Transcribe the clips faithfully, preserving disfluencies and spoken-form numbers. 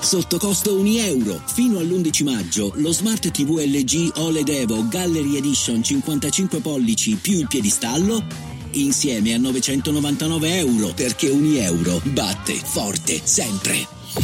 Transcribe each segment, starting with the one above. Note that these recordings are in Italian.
sotto costo un euro. Fino all'undici maggio lo Smart ti vu L G O L E D Evo Gallery Edition cinquantacinque pollici più il piedistallo insieme a novecentonovantanove euro, perché un euro batte forte sempre.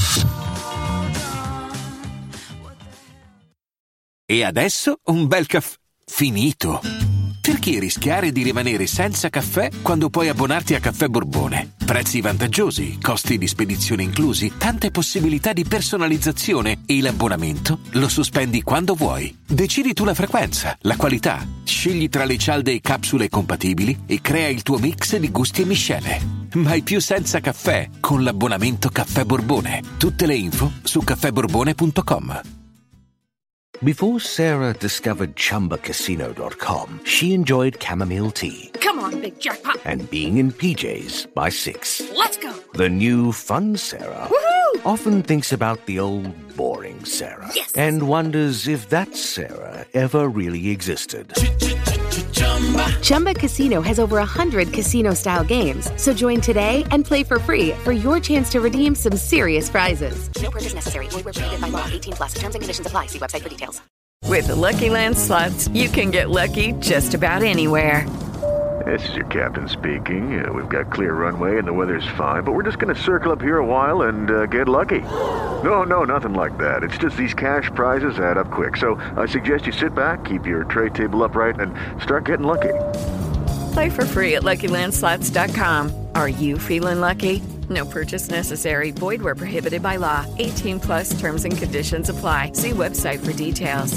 E adesso un bel caffè finito. Perché rischiare di rimanere senza caffè quando puoi abbonarti a Caffè Borbone? Prezzi vantaggiosi, costi di spedizione inclusi, tante possibilità di personalizzazione e l'abbonamento lo sospendi quando vuoi. Decidi tu la frequenza, la qualità, scegli tra le cialde e capsule compatibili e crea il tuo mix di gusti e miscele. Mai più senza caffè con l'abbonamento Caffè Borbone. Tutte le info su caffè borbone punto com. Before Sarah discovered Chumba Casino dot com, she enjoyed chamomile tea. Come on, big jackpot. And being in P Js by six. Let's go. The new fun Sarah Woohoo! often thinks about the old boring Sarah. Yes. And wonders if that Sarah ever really existed. Chumba Casino has over one hundred casino-style games. So join today and play for free for your chance to redeem some serious prizes. No purchase necessary. Void where prohibited by law. eighteen plus. Terms and conditions apply. See website for details. With the Lucky Land Slots, you can get lucky just about anywhere. This is your captain speaking. Uh, we've got clear runway and the weather's fine, but we're just going to circle up here a while and uh, get lucky. No, no, nothing like that. It's just these cash prizes add up quick. So I suggest you sit back, keep your tray table upright, and start getting lucky. Play for free at lucky land slots dot com. Are you feeling lucky? No purchase necessary. Void where prohibited by law. eighteen plus terms and conditions apply. See website for details.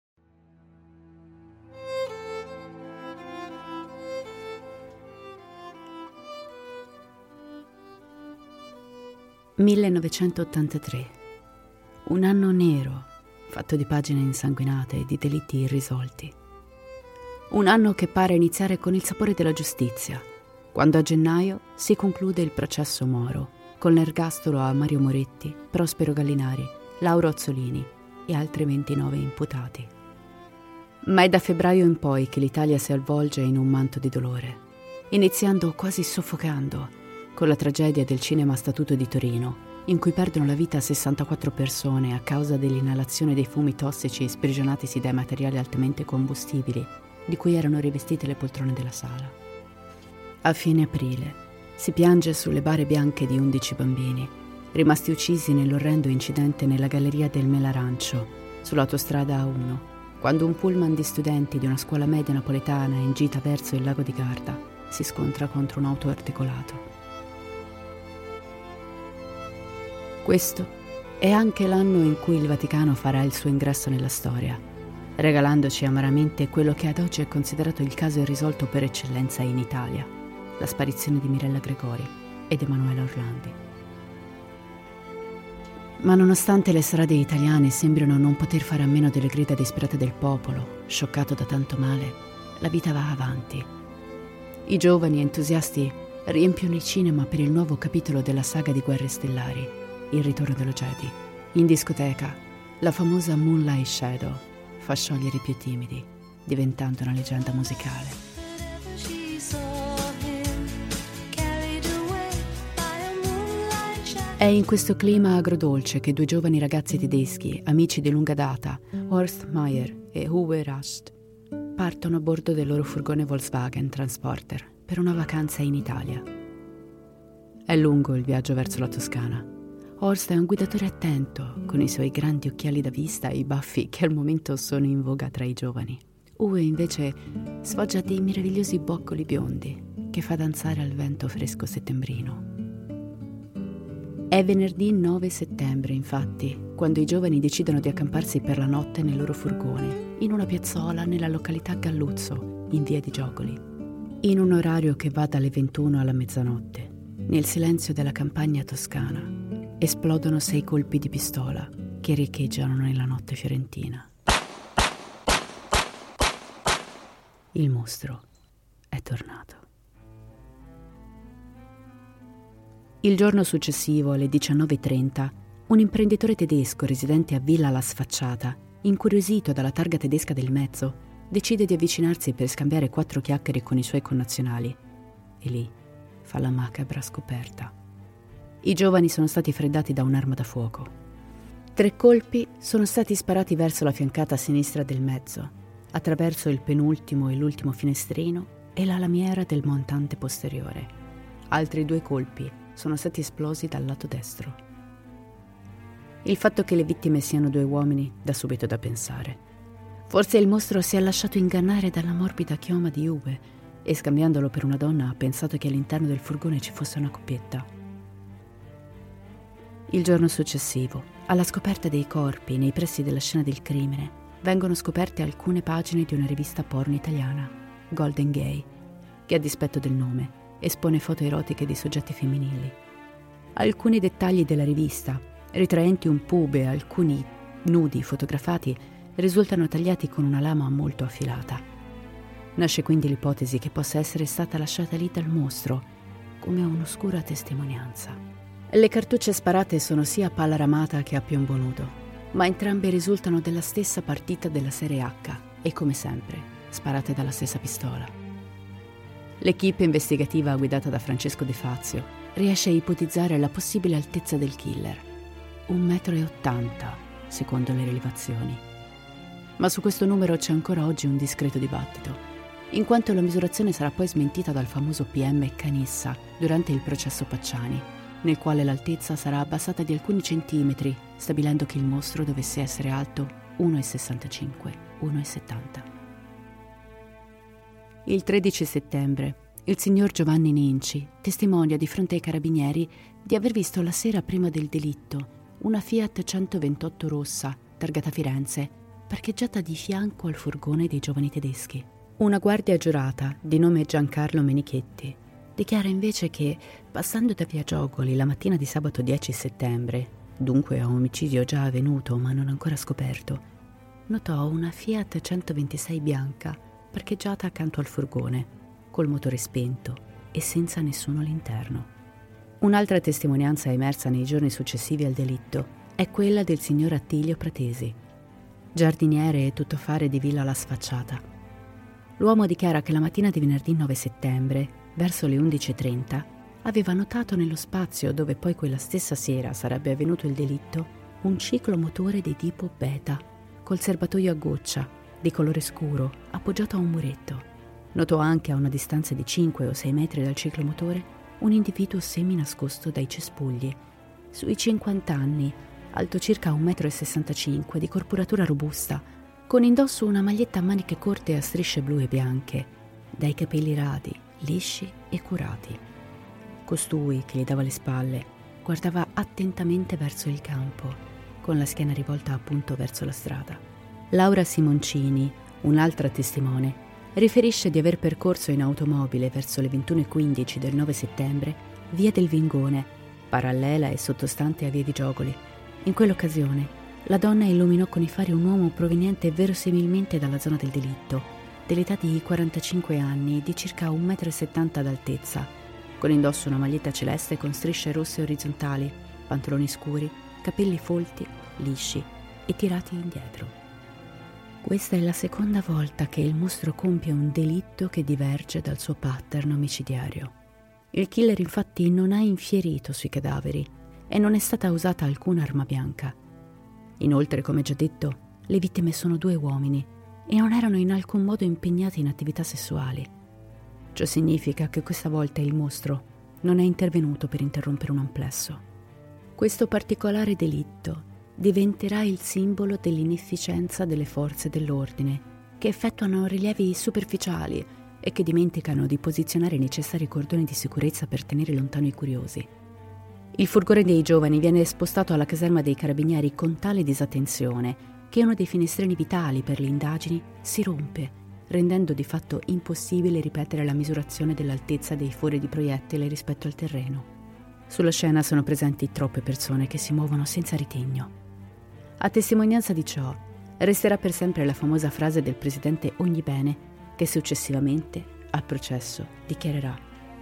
millenovecentottantatré. Un anno nero, fatto di pagine insanguinate e di delitti irrisolti. Un anno che pare iniziare con il sapore della giustizia, quando a gennaio si conclude il processo Moro, con l'ergastolo a Mario Moretti, Prospero Gallinari, Lauro Azzolini e altri ventinove imputati. Ma è da febbraio in poi che l'Italia si avvolge in un manto di dolore, iniziando quasi soffocando con la tragedia del Cinema Statuto di Torino, in cui perdono la vita sessantaquattro persone a causa dell'inalazione dei fumi tossici sprigionatisi dai materiali altamente combustibili di cui erano rivestite le poltrone della sala. A fine aprile si piange sulle bare bianche di undici bambini, rimasti uccisi nell'orrendo incidente nella galleria del Melarancio, sull'autostrada A uno, quando un pullman di studenti di una scuola media napoletana in gita verso il lago di Garda si scontra contro un autoarticolato. Questo è anche l'anno in cui il Vaticano farà il suo ingresso nella storia, regalandoci amaramente quello che ad oggi è considerato il caso irrisolto per eccellenza in Italia, la sparizione di Mirella Gregori ed Emanuela Orlandi. Ma nonostante le strade italiane sembrino non poter fare a meno delle grida disperate del popolo, scioccato da tanto male, la vita va avanti. I giovani entusiasti riempiono il cinema per il nuovo capitolo della saga di Guerre Stellari, Il ritorno dello Jedi. In discoteca, la famosa Moonlight Shadow fa sciogliere i più timidi, diventando una leggenda musicale. È in questo clima agrodolce che due giovani ragazzi tedeschi, amici di lunga data, Horst Meyer e Uwe Rast, partono a bordo del loro furgone Volkswagen Transporter per una vacanza in Italia. È lungo il viaggio verso la Toscana. Horst è un guidatore attento, con i suoi grandi occhiali da vista e i baffi che al momento sono in voga tra i giovani. Uwe invece sfoggia dei meravigliosi boccoli biondi che fa danzare al vento fresco settembrino. È venerdì nove settembre, infatti, quando i giovani decidono di accamparsi per la notte nel loro furgone, in una piazzola nella località Galluzzo, in via di Giogoli. In un orario che va dalle ventuno alla mezzanotte, nel silenzio della campagna toscana, esplodono sei colpi di pistola che riecheggiano nella notte fiorentina. Il mostro è tornato. Il giorno successivo, alle diciannove e trenta, un imprenditore tedesco residente a Villa La Sfacciata, incuriosito dalla targa tedesca del mezzo, decide di avvicinarsi per scambiare quattro chiacchiere con i suoi connazionali. E lì fa la macabra scoperta. I giovani sono stati freddati da un'arma da fuoco. Tre colpi sono stati sparati verso la fiancata sinistra del mezzo, attraverso il penultimo e l'ultimo finestrino e la lamiera del montante posteriore. Altri due colpi sono stati esplosi dal lato destro. Il fatto che le vittime siano due uomini dà subito da pensare. Forse il mostro si è lasciato ingannare dalla morbida chioma di Uwe e, scambiandolo per una donna, ha pensato che all'interno del furgone ci fosse una coppietta. Il giorno successivo, alla scoperta dei corpi nei pressi della scena del crimine, vengono scoperte alcune pagine di una rivista porno italiana, Golden Gay, che a dispetto del nome espone foto erotiche di soggetti femminili. Alcuni dettagli della rivista, ritraenti un pube e alcuni nudi fotografati, risultano tagliati con una lama molto affilata. Nasce quindi l'ipotesi che possa essere stata lasciata lì dal mostro come un'oscura testimonianza. Le cartucce sparate sono sia a palla ramata che a piombo nudo, ma entrambe risultano della stessa partita della serie H e, come sempre, sparate dalla stessa pistola. L'equipe investigativa guidata da Francesco De Fazio riesce a ipotizzare la possibile altezza del killer, un metro e ottanta, secondo le rilevazioni. Ma su questo numero c'è ancora oggi un discreto dibattito, in quanto la misurazione sarà poi smentita dal famoso P M Canissa durante il processo Pacciani, nel quale l'altezza sarà abbassata di alcuni centimetri, stabilendo che il mostro dovesse essere alto uno virgola sessantacinque uno virgola settanta. Il tredici settembre, il signor Giovanni Ninci testimonia di fronte ai carabinieri di aver visto la sera prima del delitto una Fiat centoventotto rossa, targata Firenze, parcheggiata di fianco al furgone dei giovani tedeschi. Una guardia giurata, di nome Giancarlo Menichetti, dichiara invece che, passando da via Giogoli la mattina di sabato dieci settembre, dunque a un omicidio già avvenuto ma non ancora scoperto, notò una Fiat centoventisei bianca parcheggiata accanto al furgone, col motore spento e senza nessuno all'interno. Un'altra testimonianza emersa nei giorni successivi al delitto è quella del signor Attilio Pratesi, giardiniere e tuttofare di Villa La Sfacciata. L'uomo dichiara che la mattina di venerdì nove settembre, verso le undici e trenta, aveva notato nello spazio dove poi quella stessa sera sarebbe avvenuto il delitto un ciclomotore di tipo beta, col serbatoio a goccia, di colore scuro, appoggiato a un muretto. Notò anche a una distanza di cinque o sei metri dal ciclomotore un individuo seminascosto dai cespugli, sui cinquanta anni, alto circa un metro e sessantacinque, di corporatura robusta, con indosso una maglietta a maniche corte a strisce blu e bianche, dai capelli radi, lisci e curati. Costui, che gli dava le spalle, guardava attentamente verso il campo, con la schiena rivolta appunto verso la strada. Laura Simoncini, un'altra testimone, riferisce di aver percorso in automobile verso le ventuno e quindici del nove settembre via del Vingone, parallela e sottostante a via di Giogoli. In quell'occasione la donna illuminò con i fari un uomo proveniente verosimilmente dalla zona del delitto, dell'età di quarantacinque anni e di circa un metro e settanta d'altezza, con indosso una maglietta celeste con strisce rosse orizzontali, pantaloni scuri, capelli folti, lisci e tirati indietro. Questa è la seconda volta che il mostro compie un delitto che diverge dal suo pattern omicidiario. Il killer infatti non ha infierito sui cadaveri e non è stata usata alcuna arma bianca. Inoltre, come già detto, le vittime sono due uomini e non erano in alcun modo impegnati in attività sessuali. Ciò significa che questa volta il mostro non è intervenuto per interrompere un amplesso. Questo particolare delitto diventerà il simbolo dell'inefficienza delle forze dell'ordine, che effettuano rilievi superficiali e che dimenticano di posizionare i necessari cordoni di sicurezza per tenere lontano i curiosi. Il furgone dei giovani viene spostato alla caserma dei carabinieri con tale disattenzione che uno dei finestrini vitali per le indagini si rompe, rendendo di fatto impossibile ripetere la misurazione dell'altezza dei fori di proiettile rispetto al terreno. Sulla scena sono presenti troppe persone che si muovono senza ritegno. A testimonianza di ciò, resterà per sempre la famosa frase del presidente Ognibene, che successivamente, al processo, dichiarerà: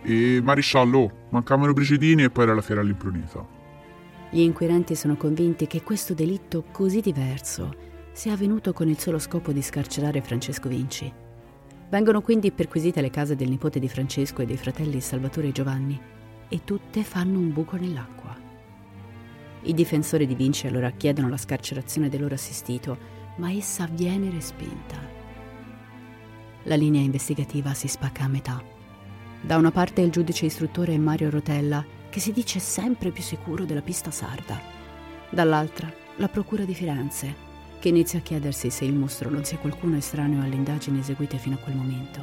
E maresciallo, mancavano i precedini e poi era la fiera all'imprunita. Gli inquirenti sono convinti che questo delitto così diverso sia avvenuto con il solo scopo di scarcerare Francesco Vinci. Vengono quindi perquisite le case del nipote di Francesco e dei fratelli Salvatore e Giovanni, e tutte fanno un buco nell'acqua. I difensori di Vinci allora chiedono la scarcerazione del loro assistito, ma essa viene respinta. La linea investigativa si spacca a metà. Da una parte il giudice istruttore Mario Rotella, che si dice sempre più sicuro della pista sarda. Dall'altra, la procura di Firenze, che inizia a chiedersi se il mostro non sia qualcuno estraneo alle indagini eseguite fino a quel momento.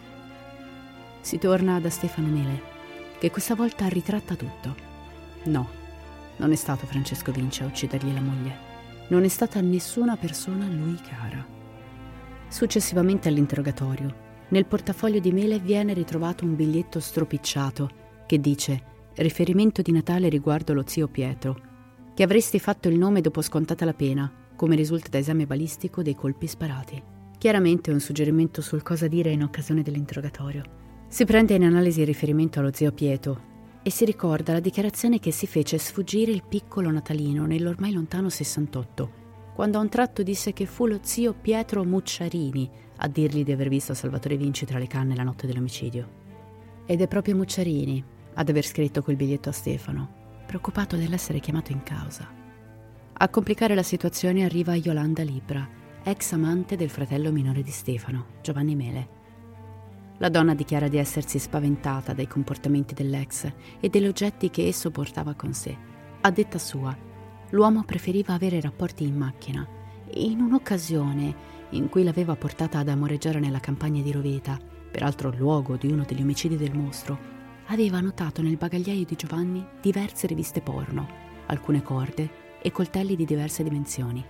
Si torna da Stefano Mele, che questa volta ritratta tutto. No, non è stato Francesco Vinci a uccidergli la moglie. Non è stata nessuna persona a lui cara. Successivamente all'interrogatorio, nel portafoglio di Mele viene ritrovato un biglietto stropicciato che dice «Riferimento di Natale riguardo lo zio Pietro, che avresti fatto il nome dopo scontata la pena, come risulta da esame balistico dei colpi sparati». Chiaramente un suggerimento sul cosa dire in occasione dell'interrogatorio. Si prende in analisi il riferimento allo zio Pietro e si ricorda la dichiarazione che si fece sfuggire il piccolo Natalino nell'ormai lontano sessantotto, quando a un tratto disse che fu lo zio Pietro Mucciarini a dirgli di aver visto Salvatore Vinci tra le canne la notte dell'omicidio. Ed è proprio Mucciarini ad aver scritto quel biglietto a Stefano, preoccupato dell'essere chiamato in causa. A complicare la situazione arriva Yolanda Libra, ex amante del fratello minore di Stefano, Giovanni Mele. La donna dichiara di essersi spaventata dai comportamenti dell'ex e degli oggetti che esso portava con sé. A detta sua, l'uomo preferiva avere rapporti in macchina e in un'occasione in cui l'aveva portata ad amoreggiare nella campagna di Roveta, peraltro luogo di uno degli omicidi del mostro, aveva notato nel bagagliaio di Giovanni diverse riviste porno, alcune corde e coltelli di diverse dimensioni.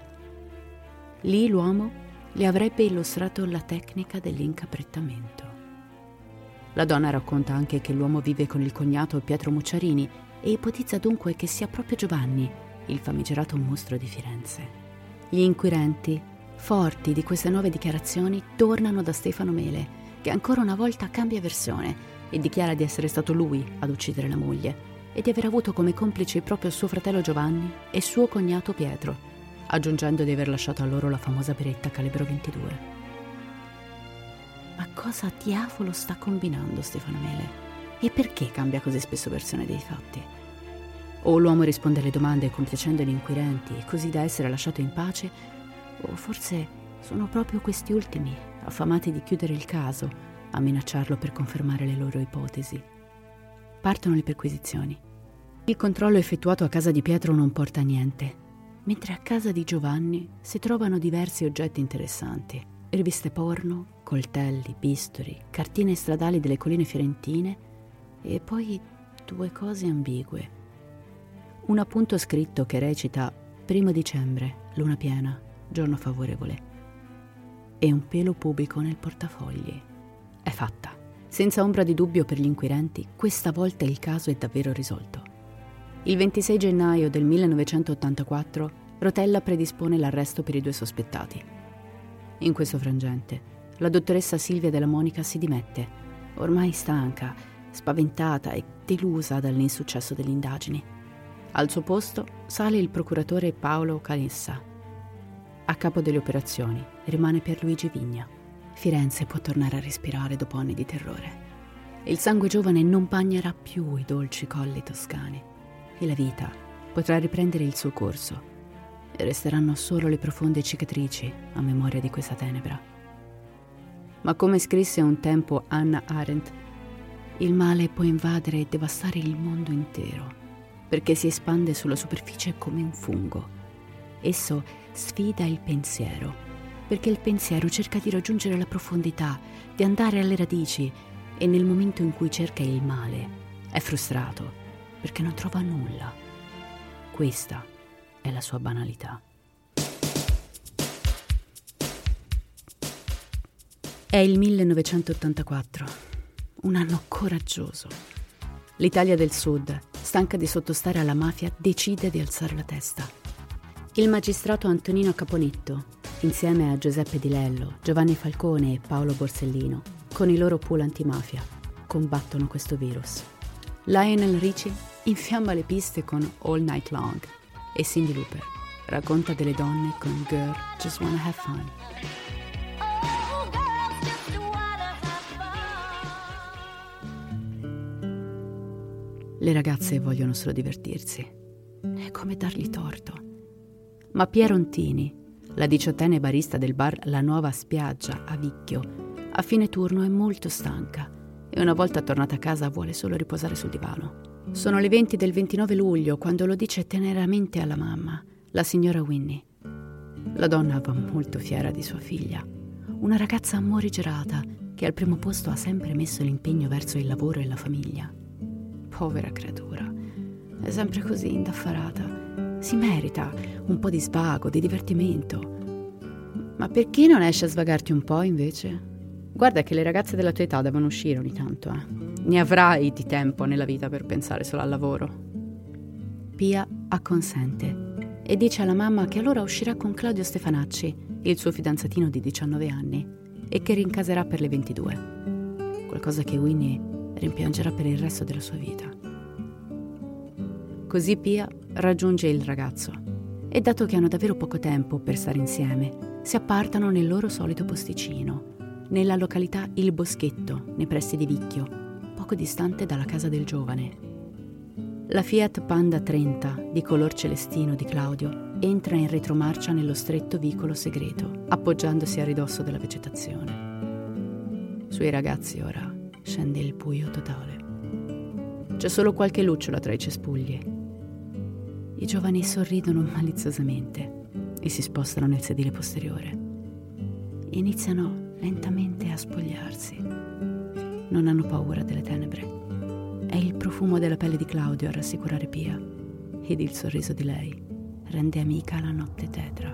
Lì l'uomo le avrebbe illustrato la tecnica dell'incaprettamento. La donna racconta anche che l'uomo vive con il cognato Pietro Mucciarini e ipotizza dunque che sia proprio Giovanni il famigerato mostro di Firenze. Gli inquirenti, forti di queste nuove dichiarazioni, tornano da Stefano Mele, che ancora una volta cambia versione e dichiara di essere stato lui ad uccidere la moglie e di aver avuto come complici proprio suo fratello Giovanni e suo cognato Pietro, aggiungendo di aver lasciato a loro la famosa beretta calibro ventidue. Ma cosa diavolo sta combinando Stefano Mele? E perché cambia così spesso versione dei fatti? O l'uomo risponde alle domande compiacendo gli inquirenti, così da essere lasciato in pace, o forse sono proprio questi ultimi, affamati di chiudere il caso, a minacciarlo per confermare le loro ipotesi. Partono le perquisizioni. Il controllo effettuato a casa di Pietro non porta a niente, mentre a casa di Giovanni si trovano diversi oggetti interessanti. Riviste porno, coltelli, bisturi, cartine stradali delle colline fiorentine e poi due cose ambigue. Un appunto scritto che recita primo dicembre, luna piena, giorno favorevole, e un pelo pubico nel portafogli. È fatta. Senza ombra di dubbio per gli inquirenti, questa volta il caso è davvero risolto. Il ventisei gennaio del millenovecentottantaquattro Rotella predispone l'arresto per i due sospettati. In questo frangente, la dottoressa Silvia Della Monica si dimette, ormai stanca, spaventata e delusa dall'insuccesso delle indagini. Al suo posto sale il procuratore Paolo Canessa. A capo delle operazioni rimane Pierluigi Vigna. Firenze può tornare a respirare dopo anni di terrore. Il sangue giovane non bagnerà più i dolci colli toscani e la vita potrà riprendere il suo corso. E resteranno solo le profonde cicatrici a memoria di questa tenebra. Ma come scrisse un tempo Hannah Arendt, il male può invadere e devastare il mondo intero, perché si espande sulla superficie come un fungo. Esso sfida il pensiero, perché il pensiero cerca di raggiungere la profondità, di andare alle radici, e nel momento in cui cerca il male è frustrato, perché non trova nulla. Questa è la sua banalità. È il millenovecentottantaquattro, un anno coraggioso. L'Italia del Sud, stanca di sottostare alla mafia, decide di alzare la testa. Il magistrato Antonino Caponetto, insieme a Giuseppe Di Lello, Giovanni Falcone e Paolo Borsellino, con i loro pool antimafia, combattono questo virus. Lionel Richie infiamma le piste con All Night Long e Cyndi Lauper racconta delle donne con Girl Just Wanna Have Fun. Le ragazze vogliono solo divertirsi. E sapere come dargli torto. Ma Pia Rontini, la diciottenne barista del bar La Nuova Spiaggia a Vicchio, a fine turno è molto stanca e una volta tornata a casa vuole solo riposare sul divano. Sono le venti del ventinove luglio quando lo dice teneramente alla mamma, la signora Winnie. La donna va molto fiera di sua figlia, una ragazza morigerata che al primo posto ha sempre messo l'impegno verso il lavoro e la famiglia. Povera creatura, è sempre così indaffarata. Si merita un po' di svago, di divertimento. Ma perché non esci a svagarti un po' invece? Guarda che le ragazze della tua età devono uscire ogni tanto, eh. Ne avrai di tempo nella vita per pensare solo al lavoro. Pia acconsente e dice alla mamma che allora uscirà con Claudio Stefanacci, il suo fidanzatino di diciannove anni, e che rincaserà per le ventidue. Qualcosa che Winnie rimpiangerà per il resto della sua vita. Così Pia raggiunge il ragazzo e, dato che hanno davvero poco tempo per stare insieme, si appartano nel loro solito posticino, nella località Il Boschetto, nei pressi di Vicchio, poco distante dalla casa del giovane. La Fiat Panda trenta, di color celestino di Claudio, entra in retromarcia nello stretto vicolo segreto, appoggiandosi a ridosso della vegetazione. Sui ragazzi ora scende il buio totale. C'è solo qualche lucciola tra i cespugli. I giovani sorridono maliziosamente e si spostano nel sedile posteriore. Iniziano lentamente a spogliarsi. Non hanno paura delle tenebre. È il profumo della pelle di Claudio a rassicurare Pia, ed il sorriso di lei rende amica la notte tetra.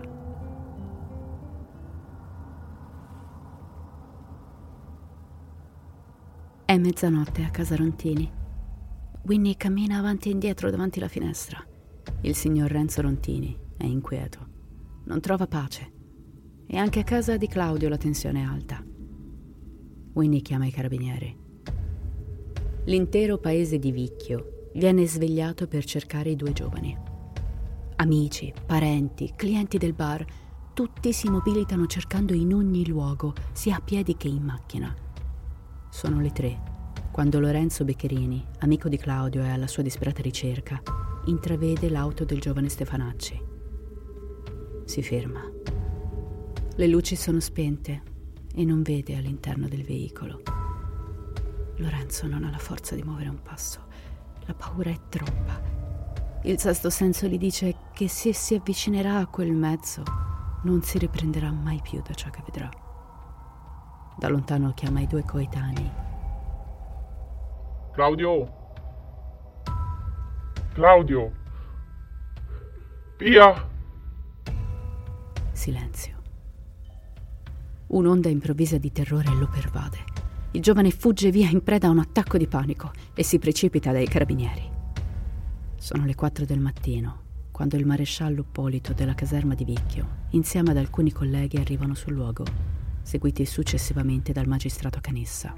È mezzanotte a casa Rontini. Winnie cammina avanti e indietro davanti alla finestra. Il signor Renzo Rontini è inquieto. Non trova pace. E anche a casa di Claudio la tensione è alta. Winnie chiama i carabinieri. L'intero paese di Vicchio viene svegliato per cercare i due giovani. Amici, parenti, clienti del bar, tutti si mobilitano cercando in ogni luogo, sia a piedi che in macchina. Sono le tre, quando Lorenzo Beccherini, amico di Claudio e alla sua disperata ricerca, intravede l'auto del giovane Stefanacci. Si ferma. Le luci sono spente e non vede all'interno del veicolo. Lorenzo non ha la forza di muovere un passo. La paura è troppa. Il sesto senso gli dice che se si avvicinerà a quel mezzo non si riprenderà mai più da ciò che vedrà. Da lontano chiama i due coetanei. Claudio! Claudio! Pia! Silenzio. Un'onda improvvisa di terrore lo pervade. Il giovane fugge via in preda a un attacco di panico e si precipita dai carabinieri. Sono le quattro del mattino, quando il maresciallo Polito della caserma di Vicchio, insieme ad alcuni colleghi, arrivano sul luogo, seguiti successivamente dal magistrato Canessa.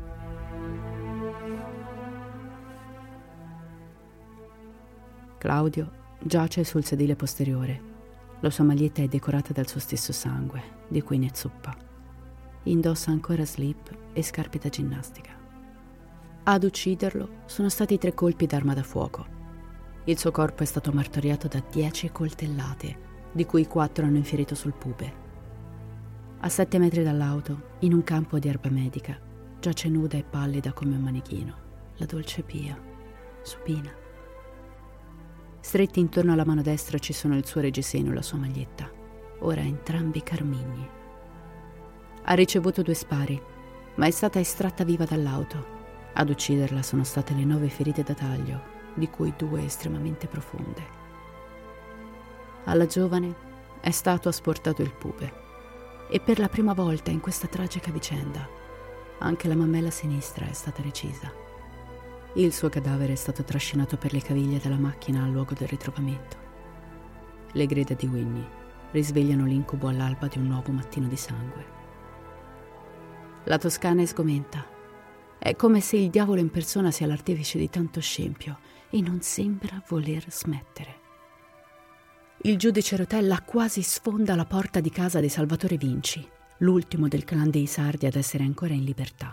Claudio giace sul sedile posteriore. La sua maglietta è decorata dal suo stesso sangue, di cui ne zuppa. Indossa ancora slip e scarpe da ginnastica. Ad ucciderlo sono stati tre colpi d'arma da fuoco. Il suo corpo è stato martoriato da dieci coltellate, di cui quattro hanno infierito sul pupe. A sette metri dall'auto, in un campo di erba medica, giace nuda e pallida come un manichino, la dolce Pia, supina. Stretti intorno alla mano destra ci sono il suo reggiseno e la sua maglietta, ora entrambi carmigni. Ha ricevuto due spari, ma è stata estratta viva dall'auto. Ad ucciderla sono state le nove ferite da taglio, di cui due estremamente profonde. Alla giovane è stato asportato il pupe e per la prima volta in questa tragica vicenda anche la mammella sinistra è stata recisa. Il suo cadavere è stato trascinato per le caviglie dalla macchina al luogo del ritrovamento. Le grida di Winnie risvegliano l'incubo all'alba di un nuovo mattino di sangue. La Toscana è sgomenta. È come se il diavolo in persona sia l'artefice di tanto scempio e non sembra voler smettere. Il giudice Rotella quasi sfonda la porta di casa di Salvatore Vinci, l'ultimo del clan dei Sardi ad essere ancora in libertà.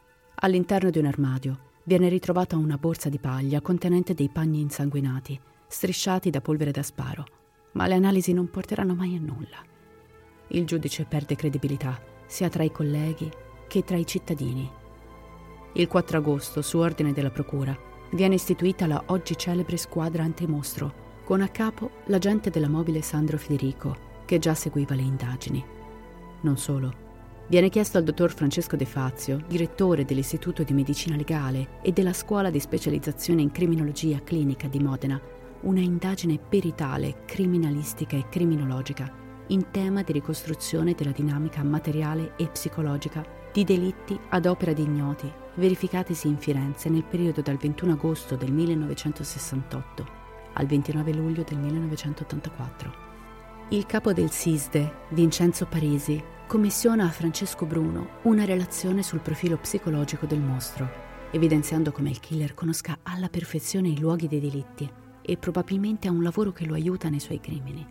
All'interno di un armadio viene ritrovata una borsa di paglia contenente dei pagni insanguinati, strisciati da polvere da sparo, ma le analisi non porteranno mai a nulla. Il giudice perde credibilità sia tra i colleghi che tra i cittadini. Il quattro agosto, su ordine della procura, viene istituita la oggi celebre squadra antimostro, con a capo l'agente della mobile Sandro Federico, che già seguiva le indagini. Non solo. Viene chiesto al dottor Francesco De Fazio, direttore dell'Istituto di Medicina Legale e della Scuola di Specializzazione in Criminologia Clinica di Modena, una indagine peritale, criminalistica e criminologica in tema di ricostruzione della dinamica materiale e psicologica di delitti ad opera di ignoti verificatisi in Firenze nel periodo dal ventuno agosto del millenovecentosessantotto al ventinove luglio del millenovecentottantaquattro. Il capo del SISDE, Vincenzo Parisi, commissiona a Francesco Bruno una relazione sul profilo psicologico del mostro, evidenziando come il killer conosca alla perfezione i luoghi dei delitti e probabilmente ha un lavoro che lo aiuta nei suoi crimini.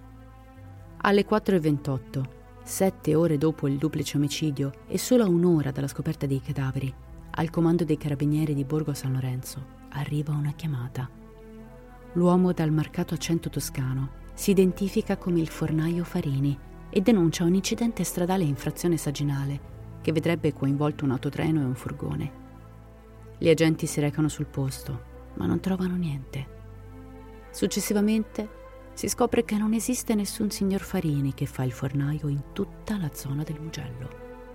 Alle quattro e ventotto, sette ore dopo il duplice omicidio e solo a un'ora dalla scoperta dei cadaveri, al comando dei carabinieri di Borgo San Lorenzo arriva una chiamata. L'uomo dal marcato accento toscano si identifica come il fornaio Farini e denuncia un incidente stradale in frazione Saginale che vedrebbe coinvolto un autotreno e un furgone. Gli agenti si recano sul posto, ma non trovano niente. Successivamente si scopre che non esiste nessun signor Farini che fa il fornaio in tutta la zona del Mugello.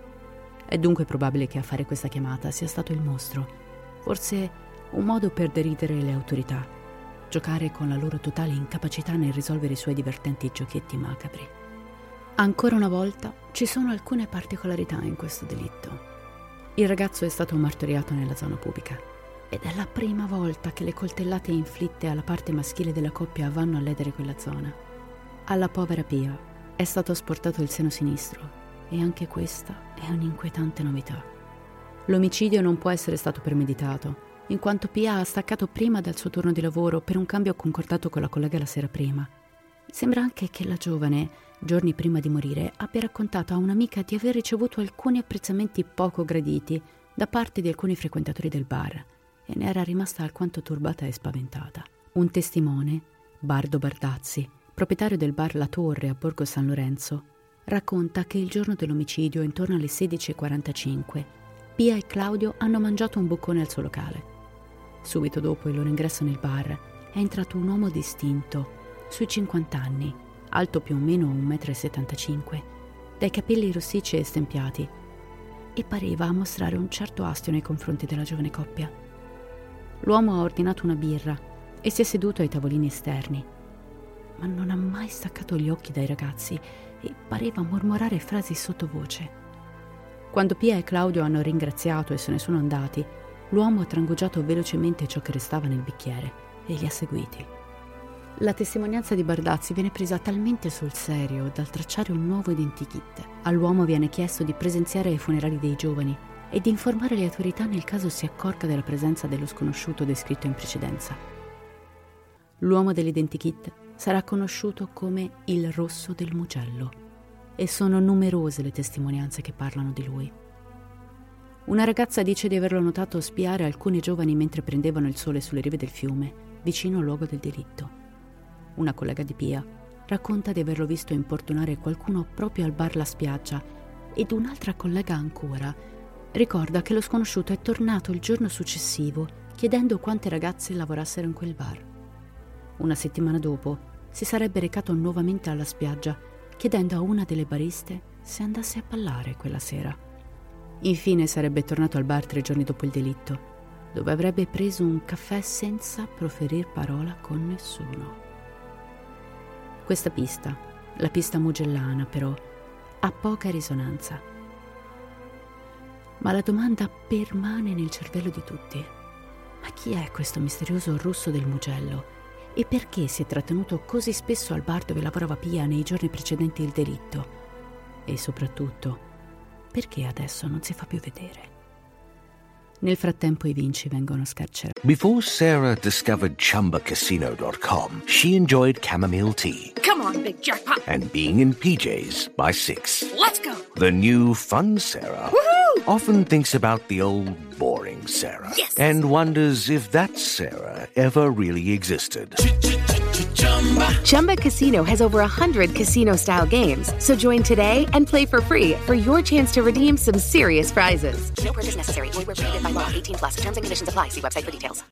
È dunque probabile che a fare questa chiamata sia stato il mostro, forse un modo per deridere le autorità, giocare con la loro totale incapacità nel risolvere i suoi divertenti giochietti macabri. Ancora una volta ci sono alcune particolarità in questo delitto. Il ragazzo è stato martoriato nella zona pubica ed è la prima volta che le coltellate inflitte alla parte maschile della coppia vanno a ledere quella zona. Alla povera Pia è stato asportato il seno sinistro e anche questa è un'inquietante novità. L'omicidio non può essere stato premeditato, in quanto Pia ha staccato prima dal suo turno di lavoro per un cambio concordato con la collega la sera prima. Sembra anche che la giovane, giorni prima di morire, abbia raccontato a un'amica di aver ricevuto alcuni apprezzamenti poco graditi da parte di alcuni frequentatori del bar e ne era rimasta alquanto turbata e spaventata. Un testimone, Bardo Bardazzi, proprietario del bar La Torre a Borgo San Lorenzo, racconta che il giorno dell'omicidio, intorno alle sedici e quarantacinque, Pia e Claudio hanno mangiato un boccone al suo locale. Subito dopo il loro ingresso nel bar è entrato un uomo distinto, sui cinquanta anni, alto più o meno un metro e settantacinque, dai capelli rossicci e stempiati, e pareva mostrare un certo astio nei confronti della giovane coppia. L'uomo ha ordinato una birra e si è seduto ai tavolini esterni, ma non ha mai staccato gli occhi dai ragazzi e pareva mormorare frasi sottovoce. Quando Pia e Claudio hanno ringraziato e se ne sono andati, l'uomo ha trangugiato velocemente ciò che restava nel bicchiere e li ha seguiti. La testimonianza di Bardazzi viene presa talmente sul serio dal tracciare un nuovo identikit. All'uomo viene chiesto di presenziare ai funerali dei giovani e di informare le autorità nel caso si accorga della presenza dello sconosciuto descritto in precedenza. L'uomo dell'identikit sarà conosciuto come il Rosso del Mugello e sono numerose le testimonianze che parlano di lui. Una ragazza dice di averlo notato spiare alcuni giovani mentre prendevano il sole sulle rive del fiume, vicino al luogo del delitto. Una collega di Pia racconta di averlo visto importunare qualcuno proprio al bar La Spiaggia ed un'altra collega ancora ricorda che lo sconosciuto è tornato il giorno successivo chiedendo quante ragazze lavorassero in quel bar. Una settimana dopo si sarebbe recato nuovamente alla spiaggia chiedendo a una delle bariste se andasse a ballare quella sera. Infine sarebbe tornato al bar tre giorni dopo il delitto, dove avrebbe preso un caffè senza proferir parola con nessuno. Questa pista, la pista mugellana, però, ha poca risonanza. Ma la domanda permane nel cervello di tutti. Ma chi è questo misterioso Rosso del Mugello? E perché si è trattenuto così spesso al bar dove lavorava Pia nei giorni precedenti il delitto? E soprattutto, perché adesso non si fa più vedere? Nel frattempo i vinci vengono scarcerati. Before Sarah discovered Chumba Casino dot com, she enjoyed chamomile tea. Come on, big jackpot. And being in P Js by six. Let's go. The new fun Sarah Woohoo! often thinks about the old boring Sarah. Yes. And wonders if that Sarah ever really existed. Chumba Casino has over one hundred casino-style games. So join today and play for free for your chance to redeem some serious prizes. No purchase necessary. Void where prohibited by law. eighteen plus. Terms and conditions apply. See website for details.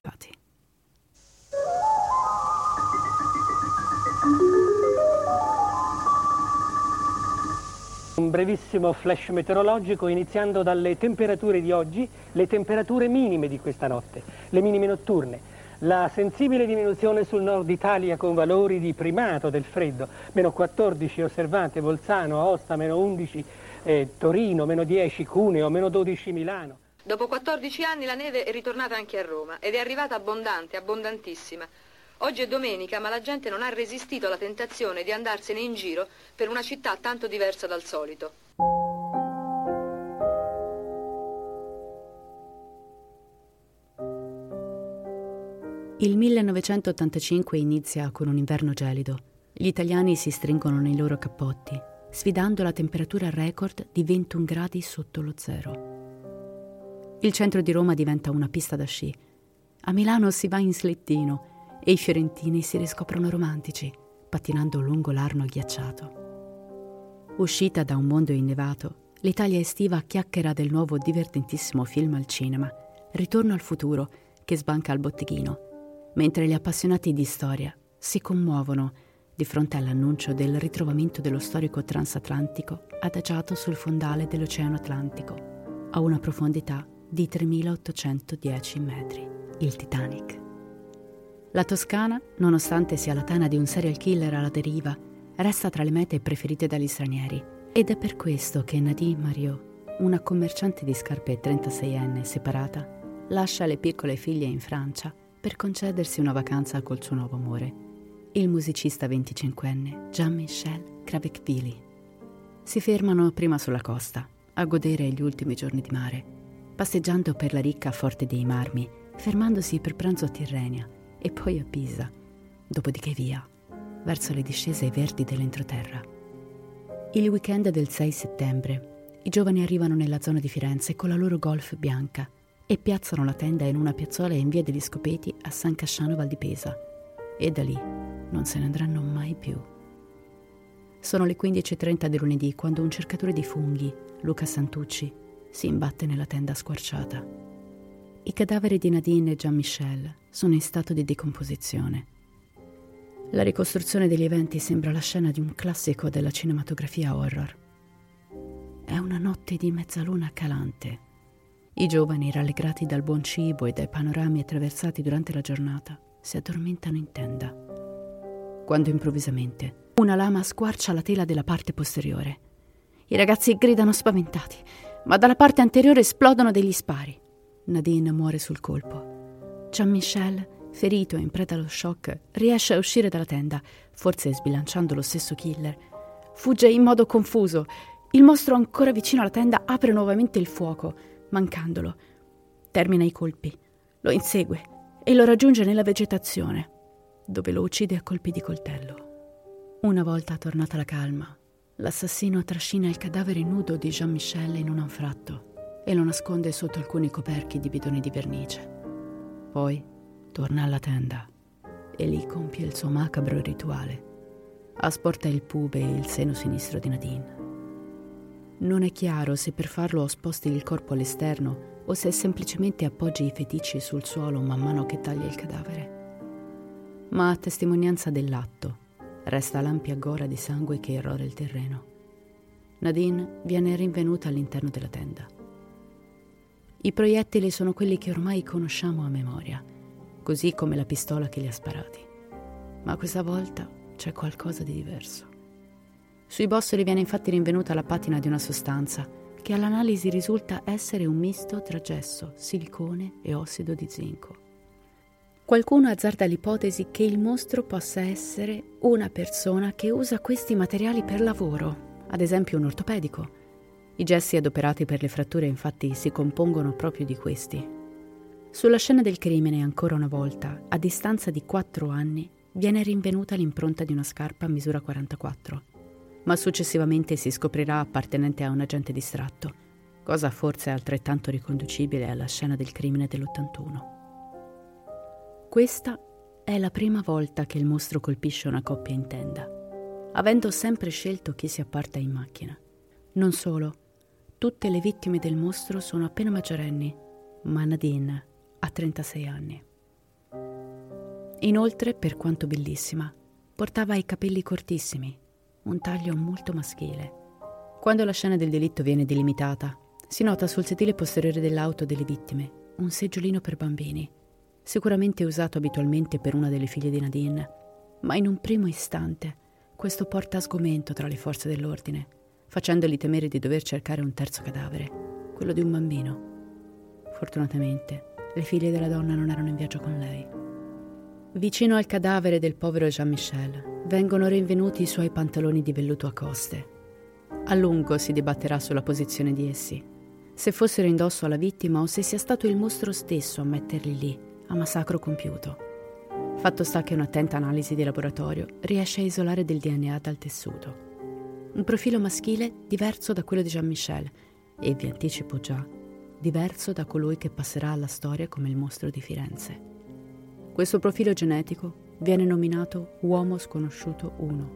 Un brevissimo flash meteorologico iniziando dalle temperature di oggi, le temperature minime di questa notte, le minime notturne. La sensibile diminuzione sul nord Italia con valori di primato del freddo, meno quattordici osservate Bolzano, Aosta, meno undici eh, Torino, meno dieci Cuneo, meno dodici Milano. Dopo quattordici anni la neve è ritornata anche a Roma ed è arrivata abbondante, abbondantissima. Oggi è domenica, ma la gente non ha resistito alla tentazione di andarsene in giro per una città tanto diversa dal solito. Il millenovecentottantacinque inizia con un inverno gelido. Gli italiani si stringono nei loro cappotti, sfidando la temperatura record di ventuno gradi sotto lo zero. Il centro di Roma diventa una pista da sci. A Milano si va in slittino e i fiorentini si riscoprono romantici, pattinando lungo l'Arno ghiacciato. Uscita da un mondo innevato, l'Italia estiva chiacchiera del nuovo divertentissimo film al cinema, Ritorno al futuro, che sbanca al botteghino, mentre gli appassionati di storia si commuovono di fronte all'annuncio del ritrovamento dello storico transatlantico adagiato sul fondale dell'Oceano Atlantico, a una profondità di tremilaottocentodieci metri, il Titanic. La Toscana, nonostante sia la tana di un serial killer alla deriva, resta tra le mete preferite dagli stranieri, ed è per questo che Nadine Marriott, una commerciante di scarpe trentaseienne separata, lascia le piccole figlie in Francia per concedersi una vacanza col suo nuovo amore, il musicista venticinquenne Jean-Michel Cravecvili. Si fermano prima sulla costa, a godere gli ultimi giorni di mare, passeggiando per la ricca Forte dei Marmi, fermandosi per pranzo a Tirrenia e poi a Pisa, dopodiché via, verso le discese verdi dell'entroterra. Il weekend del sei settembre, i giovani arrivano nella zona di Firenze con la loro Golf bianca e piazzano la tenda in una piazzola in via degli Scopeti a San Casciano Val di Pesa, e da lì non se ne andranno mai più. Sono le quindici e trenta di lunedì quando un cercatore di funghi, Luca Santucci, si imbatte nella tenda squarciata. I cadaveri di Nadine e Jean-Michel sono in stato di decomposizione. La ricostruzione degli eventi sembra la scena di un classico della cinematografia horror. È una notte di mezzaluna calante. I giovani, rallegrati dal buon cibo e dai panorami attraversati durante la giornata, si addormentano in tenda, quando improvvisamente una lama squarcia la tela della parte posteriore. I ragazzi gridano spaventati, ma dalla parte anteriore esplodono degli spari. Nadine muore sul colpo. Jean-Michel, ferito e in preda allo shock, riesce a uscire dalla tenda, forse sbilanciando lo stesso killer. Fugge in modo confuso. Il mostro ancora vicino alla tenda apre nuovamente il fuoco, mancandolo. Termina i colpi, lo insegue e lo raggiunge nella vegetazione, dove lo uccide a colpi di coltello. Una volta tornata la calma, l'assassino trascina il cadavere nudo di Jean-Michel in un anfratto e lo nasconde sotto alcuni coperchi di bidoni di vernice. Poi torna alla tenda e lì compie il suo macabro rituale. Asporta il pube e il seno sinistro di Nadine. Non è chiaro se per farlo sposti il corpo all'esterno o se semplicemente appoggi i feticci sul suolo man mano che taglia il cadavere. Ma a testimonianza dell'atto resta l'ampia gora di sangue che irrora il terreno. Nadine viene rinvenuta all'interno della tenda. I proiettili sono quelli che ormai conosciamo a memoria, così come la pistola che li ha sparati. Ma questa volta c'è qualcosa di diverso. Sui bossoli viene infatti rinvenuta la patina di una sostanza che all'analisi risulta essere un misto tra gesso, silicone e ossido di zinco. Qualcuno azzarda l'ipotesi che il mostro possa essere una persona che usa questi materiali per lavoro, ad esempio un ortopedico. I gessi adoperati per le fratture infatti si compongono proprio di questi. Sulla scena del crimine, ancora una volta, a distanza di quattro anni, viene rinvenuta l'impronta di una scarpa a misura quarantaquattro. Ma successivamente si scoprirà appartenente a un agente distratto, cosa forse altrettanto riconducibile alla scena del crimine dell'ottantuno. Questa è la prima volta che il mostro colpisce una coppia in tenda, avendo sempre scelto chi si apparta in macchina. Non solo, tutte le vittime del mostro sono appena maggiorenni, ma Nadine ha trentasei anni. Inoltre, per quanto bellissima, portava i capelli cortissimi, un taglio molto maschile. Quando la scena del delitto viene delimitata, si nota sul sedile posteriore dell'auto delle vittime un seggiolino per bambini, sicuramente usato abitualmente per una delle figlie di Nadine, ma in un primo istante questo porta a sgomento tra le forze dell'ordine, facendoli temere di dover cercare un terzo cadavere, quello di un bambino. Fortunatamente, le figlie della donna non erano in viaggio con lei. Vicino al cadavere del povero Jean-Michel vengono rinvenuti i suoi pantaloni di velluto a coste. A lungo si dibatterà sulla posizione di essi, se fossero indosso alla vittima o se sia stato il mostro stesso a metterli lì, a massacro compiuto. Fatto sta che un'attenta analisi di laboratorio riesce a isolare del D N A dal tessuto. Un profilo maschile diverso da quello di Jean-Michel e, vi anticipo già, diverso da colui che passerà alla storia come il mostro di Firenze. Questo profilo genetico viene nominato Uomo Sconosciuto uno.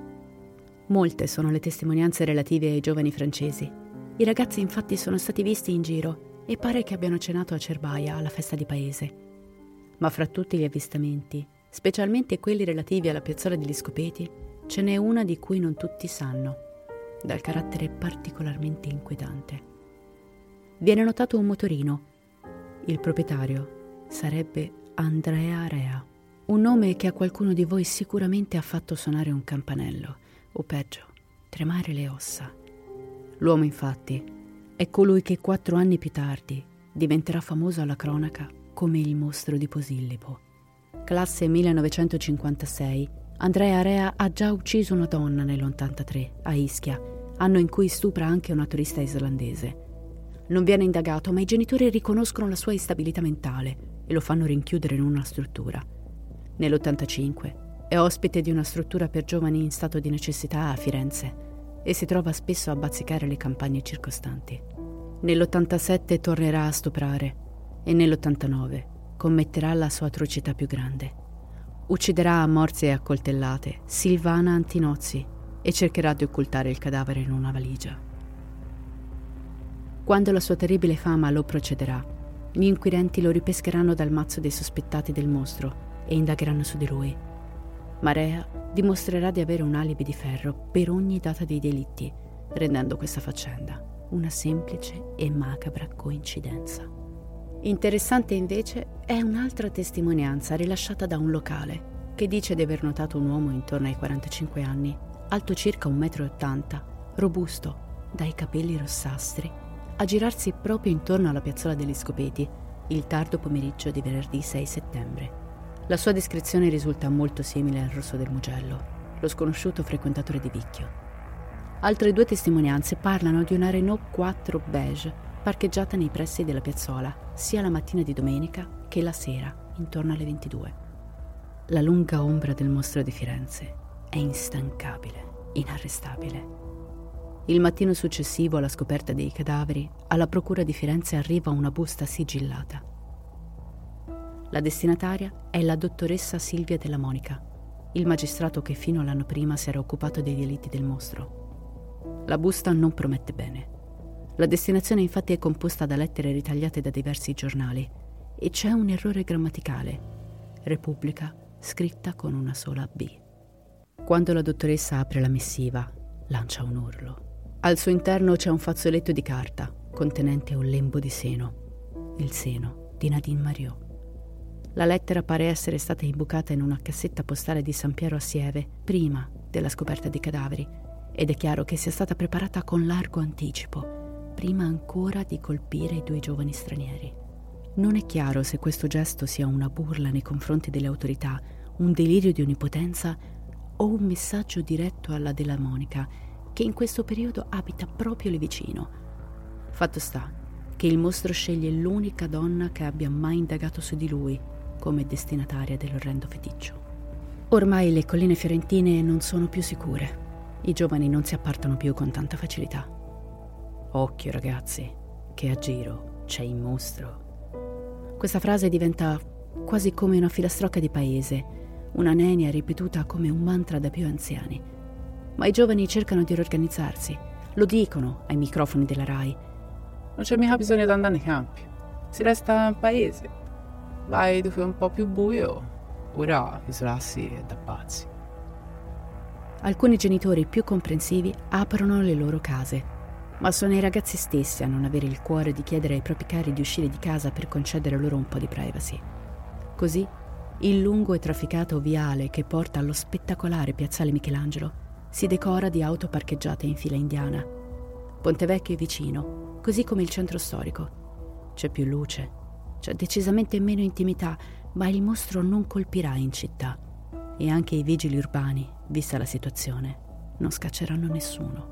Molte sono le testimonianze relative ai giovani francesi. I ragazzi infatti sono stati visti in giro e pare che abbiano cenato a Cerbaia alla festa di paese. Ma fra tutti gli avvistamenti, specialmente quelli relativi alla piazzola degli Scopeti, ce n'è una di cui non tutti sanno, dal carattere particolarmente inquietante. Viene notato un motorino. Il proprietario sarebbe Andrea Area, un nome che a qualcuno di voi sicuramente ha fatto suonare un campanello, o peggio, tremare le ossa. L'uomo, infatti, è colui che quattro anni più tardi diventerà famoso alla cronaca come il mostro di Posillipo. Classe millenovecentocinquantasei, Andrea Area ha già ucciso una donna nell'ottantatré, a Ischia, anno in cui stupra anche una turista islandese. Non viene indagato, ma i genitori riconoscono la sua instabilità mentale e lo fanno rinchiudere in una struttura. Nell'ottantacinque è ospite di una struttura per giovani in stato di necessità a Firenze e si trova spesso a bazzicare le campagne circostanti. Nell'ottantasette tornerà a stuprare e nell'ottantanove commetterà la sua atrocità più grande. Ucciderà a morse e a coltellate Silvana Antinozzi e cercherà di occultare il cadavere in una valigia. Quando la sua terribile fama lo procederà, gli inquirenti lo ripescheranno dal mazzo dei sospettati del mostro e indagheranno su di lui. Marea dimostrerà di avere un alibi di ferro per ogni data dei delitti, rendendo questa faccenda una semplice e macabra coincidenza. Interessante invece è un'altra testimonianza rilasciata da un locale che dice di aver notato un uomo intorno ai quarantacinque anni, alto circa un metro e ottanta, robusto, dai capelli rossastri, a girarsi proprio intorno alla piazzola degli Scopeti il tardo pomeriggio di venerdì sei settembre. La sua descrizione risulta molto simile al Rosso del Mugello, lo sconosciuto frequentatore di Vicchio. Altre due testimonianze parlano di una Renault quattro beige parcheggiata nei pressi della piazzola sia la mattina di domenica che la sera, intorno alle ventidue. La lunga ombra del mostro di Firenze è instancabile, inarrestabile. Il mattino successivo alla scoperta dei cadaveri, alla procura di Firenze arriva una busta sigillata. La destinataria è la dottoressa Silvia Della Monica, il magistrato che fino all'anno prima si era occupato dei delitti del mostro. La busta non promette bene. La destinazione infatti è composta da lettere ritagliate da diversi giornali e c'è un errore grammaticale. Repubblica scritta con una sola B. Quando la dottoressa apre la missiva, lancia un urlo. Al suo interno c'è un fazzoletto di carta contenente un lembo di seno, il seno di Nadine Marot. La lettera pare essere stata imbucata in una cassetta postale di San Piero a Sieve prima della scoperta dei cadaveri ed è chiaro che sia stata preparata con largo anticipo, prima ancora di colpire i due giovani stranieri. Non è chiaro se questo gesto sia una burla nei confronti delle autorità, un delirio di onnipotenza o un messaggio diretto alla Della Monica, che in questo periodo abita proprio lì vicino. Fatto sta che il mostro sceglie l'unica donna che abbia mai indagato su di lui come destinataria dell'orrendo feticcio. Ormai le colline fiorentine non sono più sicure. I giovani non si appartano più con tanta facilità. Occhio ragazzi, che a giro c'è il mostro. Questa frase diventa quasi come una filastrocca di paese, una nenia ripetuta come un mantra da più anziani. Ma i giovani cercano di riorganizzarsi, lo dicono ai microfoni della Rai. Non c'è mica bisogno di andare nei campi, si resta in paese, vai dove è un po' più buio, ora isolarsi è da pazzi. Alcuni genitori più comprensivi aprono le loro case, ma sono i ragazzi stessi a non avere il cuore di chiedere ai propri cari di uscire di casa per concedere loro un po' di privacy. Così, il lungo e trafficato viale che porta allo spettacolare piazzale Michelangelo si decora di auto parcheggiate in fila indiana. Pontevecchio è vicino, così come il centro storico. C'è più luce, c'è decisamente meno intimità, ma il mostro non colpirà in città. E anche i vigili urbani, vista la situazione, non scacceranno nessuno.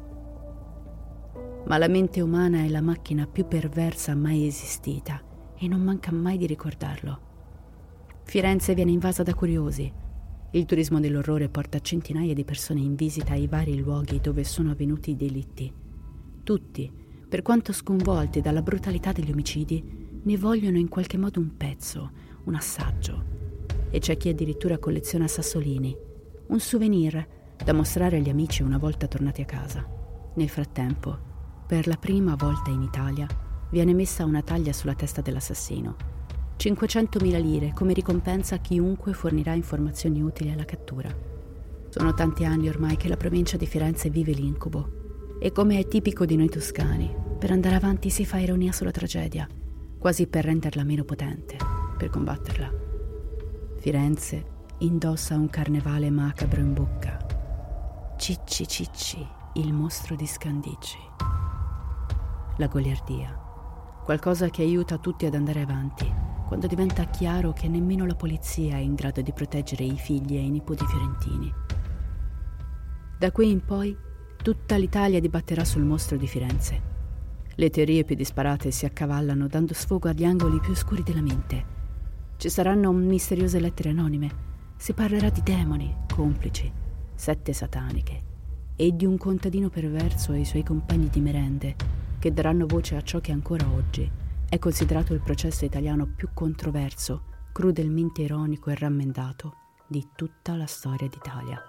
Ma la mente umana è la macchina più perversa mai esistita e non manca mai di ricordarlo. Firenze viene invasa da curiosi. Il turismo dell'orrore porta centinaia di persone in visita ai vari luoghi dove sono avvenuti i delitti. Tutti, per quanto sconvolti dalla brutalità degli omicidi, ne vogliono in qualche modo un pezzo, un assaggio. E c'è chi addirittura colleziona sassolini, un souvenir da mostrare agli amici una volta tornati a casa. Nel frattempo, per la prima volta in Italia, viene messa una taglia sulla testa dell'assassino. cinquecentomila lire come ricompensa a chiunque fornirà informazioni utili alla cattura. Sono tanti anni ormai che la provincia di Firenze vive l'incubo. E come è tipico di noi toscani, per andare avanti si fa ironia sulla tragedia, quasi per renderla meno potente, per combatterla. Firenze indossa un carnevale macabro in bocca. Cicci Cicci, il mostro di Scandicci. La goliardia, qualcosa che aiuta tutti ad andare avanti, quando diventa chiaro che nemmeno la polizia è in grado di proteggere i figli e i nipoti fiorentini. Da qui in poi tutta l'Italia dibatterà sul mostro di Firenze. Le teorie più disparate si accavallano dando sfogo agli angoli più oscuri della mente. Ci saranno misteriose lettere anonime, si parlerà di demoni, complici, sette sataniche e di un contadino perverso e i suoi compagni di merende che daranno voce a ciò che ancora oggi è considerato il processo italiano più controverso, crudelmente ironico e rammendato di tutta la storia d'Italia.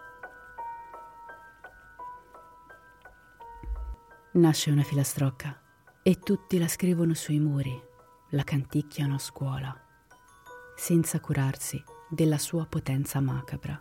Nasce una filastrocca e tutti la scrivono sui muri, la canticchiano a scuola, senza curarsi della sua potenza macabra.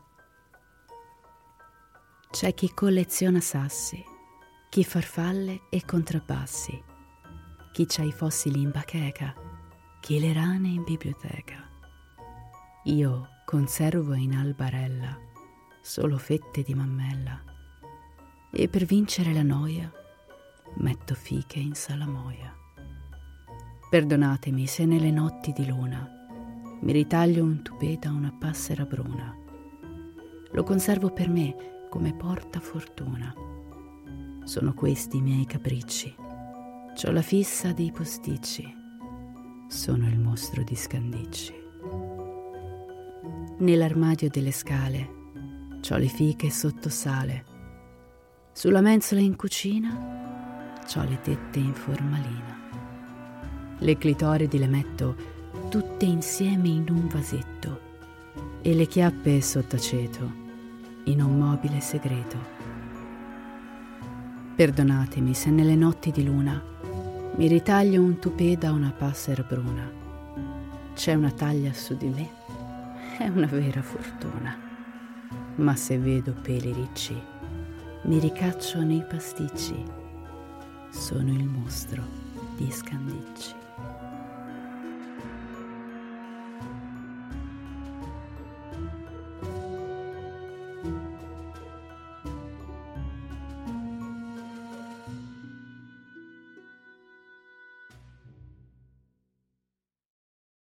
C'è chi colleziona sassi, chi farfalle e contrabbassi, chi c'ha i fossili in bacheca, chi le rane in biblioteca. Io conservo in albarella solo fette di mammella e per vincere la noia metto fiche in salamoia. Perdonatemi se nelle notti di luna mi ritaglio un tupè da una passera bruna. Lo conservo per me come porta fortuna. Sono questi i miei capricci. C'ho la fissa dei posticci. Sono il mostro di Scandicci. Nell'armadio delle scale c'ho le fiche sotto sale. Sulla mensola in cucina c'ho le tette in formalina. Le clitoridi le metto tutte insieme in un vasetto e le chiappe sotto aceto in un mobile segreto. Perdonatemi se nelle notti di luna mi ritaglio un tupè da una passera bruna. C'è una taglia su di me, è una vera fortuna. Ma se vedo peli ricci, mi ricaccio nei pasticci. Sono il mostro di Scandicci.